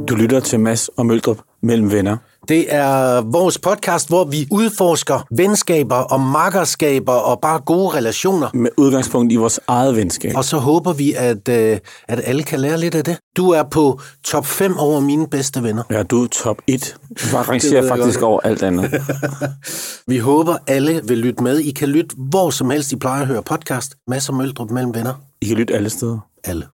Du lytter til Mads og Møldrup mellem venner. Det er vores podcast, hvor vi udforsker venskaber og makkerskaber og bare gode relationer. Med udgangspunkt i vores eget venskab. Og så håber vi, at alle kan lære lidt af det. Du er på top 5 over mine bedste venner. Ja, du er top 1. Du rangerer faktisk over alt andet. Vi håber, alle vil lytte med. I kan lytte hvor som helst, I plejer at høre podcast. Mads og Møldrup mellem venner. I kan lytte alle steder. Alle.